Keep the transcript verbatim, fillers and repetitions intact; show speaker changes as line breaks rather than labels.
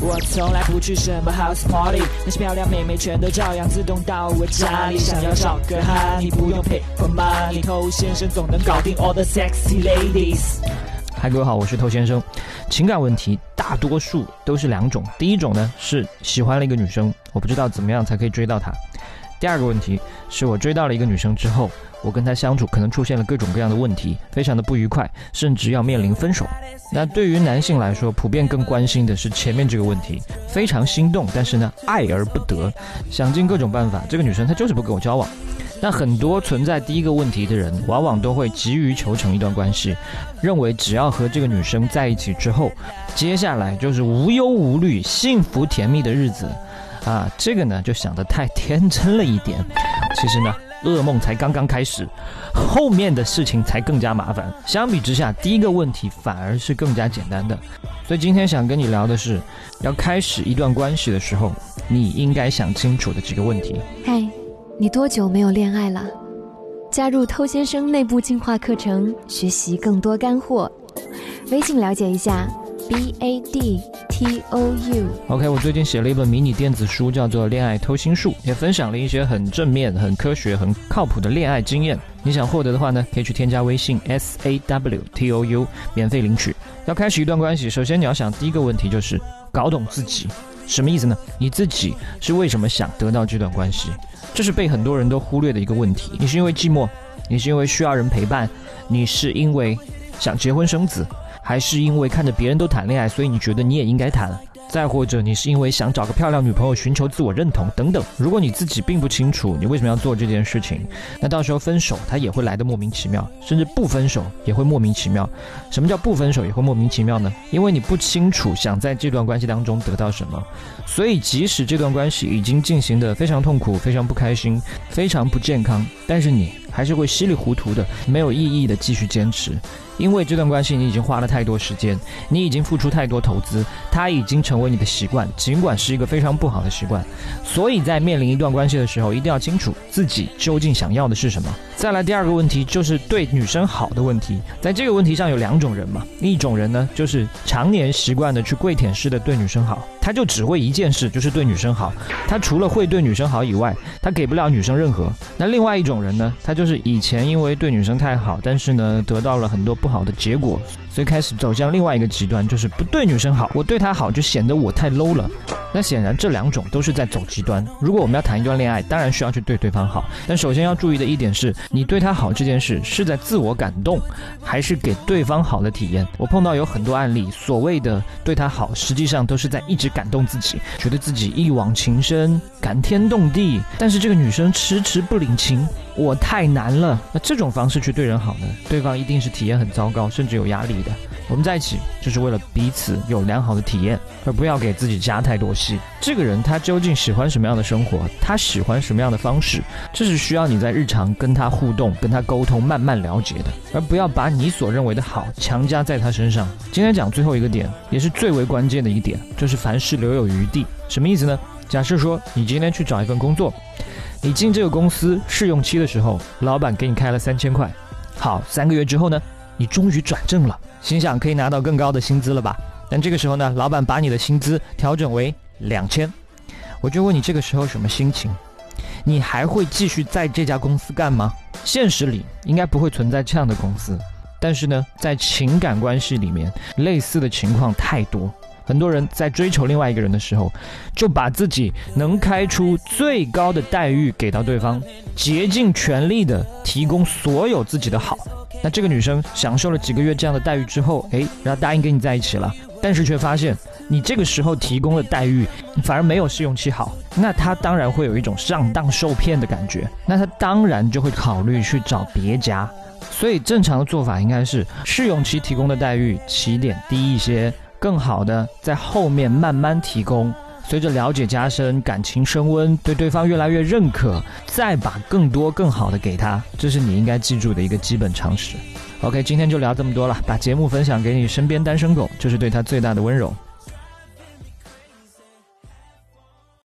我从来不去什么 house party， 那些漂亮妹妹全都照样自动到我家里。想要找个哈，你不用 pay for money， 偷先生总能搞定 all the sexy ladies。
嗨，各位好，我是头先生。情感问题大多数都是两种，第一种呢是喜欢了一个女生，我不知道怎么样才可以追到她。第二个问题是我追到了一个女生之后，我跟她相处可能出现了各种各样的问题，非常的不愉快，甚至要面临分手。那对于男性来说，普遍更关心的是前面这个问题，非常心动，但是呢爱而不得，想尽各种办法，这个女生她就是不跟我交往。那很多存在第一个问题的人，往往都会急于求成一段关系，认为只要和这个女生在一起之后，接下来就是无忧无虑、幸福甜蜜的日子啊，这个呢就想得太天真了一点。其实呢，噩梦才刚刚开始，后面的事情才更加麻烦。相比之下，第一个问题反而是更加简单的。所以今天想跟你聊的是，要开始一段关系的时候，你应该想清楚的几个问题。
嗨，你多久没有恋爱了？加入偷先生内部进化课程，学习更多干货。微信了解一下 B A D T O U。
OK， 我最近写了一本迷你电子书，叫做《恋爱偷心术》，也分享了一些很正面、很科学、很靠谱的恋爱经验。你想获得的话呢，可以去添加微信 S A W T O U 免费领取。要开始一段关系，首先你要想第一个问题就是搞懂自己。什么意思呢？你自己是为什么想得到这段关系？这是被很多人都忽略的一个问题。你是因为寂寞，你是因为需要人陪伴，你是因为想结婚生子，还是因为看着别人都谈恋爱，所以你觉得你也应该谈？再或者你是因为想找个漂亮女朋友寻求自我认同等等。如果你自己并不清楚你为什么要做这件事情，那到时候分手它也会来得莫名其妙，甚至不分手也会莫名其妙。什么叫不分手也会莫名其妙呢？因为你不清楚想在这段关系当中得到什么，所以即使这段关系已经进行得非常痛苦、非常不开心、非常不健康，但是你还是会稀里糊涂的、没有意义的继续坚持。因为这段关系你已经花了太多时间，你已经付出太多投资，它已经成为你的习惯，尽管是一个非常不好的习惯。所以在面临一段关系的时候，一定要清楚自己究竟想要的是什么。再来第二个问题就是对女生好的问题。在这个问题上有两种人嘛，一种人呢就是常年习惯的去跪舔式的对女生好，他就只会一件事，就是对女生好，他除了会对女生好以外，他给不了女生任何。那另外一种人呢，他就是以前因为对女生太好，但是呢得到了很多不好的结果，所以开始走向另外一个极端，就是不对女生好，我对她好就显得我太 low 了。那显然这两种都是在走极端。如果我们要谈一段恋爱，当然需要去对对方好，但首先要注意的一点是，你对他好这件事是在自我感动，还是给对方好的体验。我碰到有很多案例，所谓的对他好，实际上都是在一直感动自己，觉得自己一往情深，感天动地，但是这个女生迟迟不领情，我太难了。那这种方式去对人好呢，对方一定是体验很糟糕，甚至有压力的。我们在一起就是为了彼此有良好的体验，而不要给自己加太多戏。这个人他究竟喜欢什么样的生活，他喜欢什么样的方式，这是需要你在日常跟他互动、跟他沟通，慢慢了解的，而不要把你所认为的好强加在他身上。今天讲最后一个点，也是最为关键的一点，就是凡事留有余地。什么意思呢？假设说你今天去找一份工作，你进这个公司试用期的时候，老板给你开了三千块，好，三个月之后呢，你终于转正了，心想可以拿到更高的薪资了吧？但这个时候呢，老板把你的薪资调整为两千，我就问你这个时候什么心情？你还会继续在这家公司干吗？现实里应该不会存在这样的公司，但是呢，在情感关系里面，类似的情况太多。很多人在追求另外一个人的时候，就把自己能开出最高的待遇给到对方，竭尽全力的提供所有自己的好。那这个女生享受了几个月这样的待遇之后，诶，然后答应跟你在一起了，但是却发现你这个时候提供的待遇反而没有试用期好，那她当然会有一种上当受骗的感觉，那她当然就会考虑去找别家。所以正常的做法应该是试用期提供的待遇起点低一些，更好的在后面慢慢提供，随着了解加深，感情升温，对对方越来越认可，再把更多更好的给他，这是你应该记住的一个基本常识。 OK， 今天就聊这么多了，把节目分享给你身边单身狗，就是对他最大的温柔。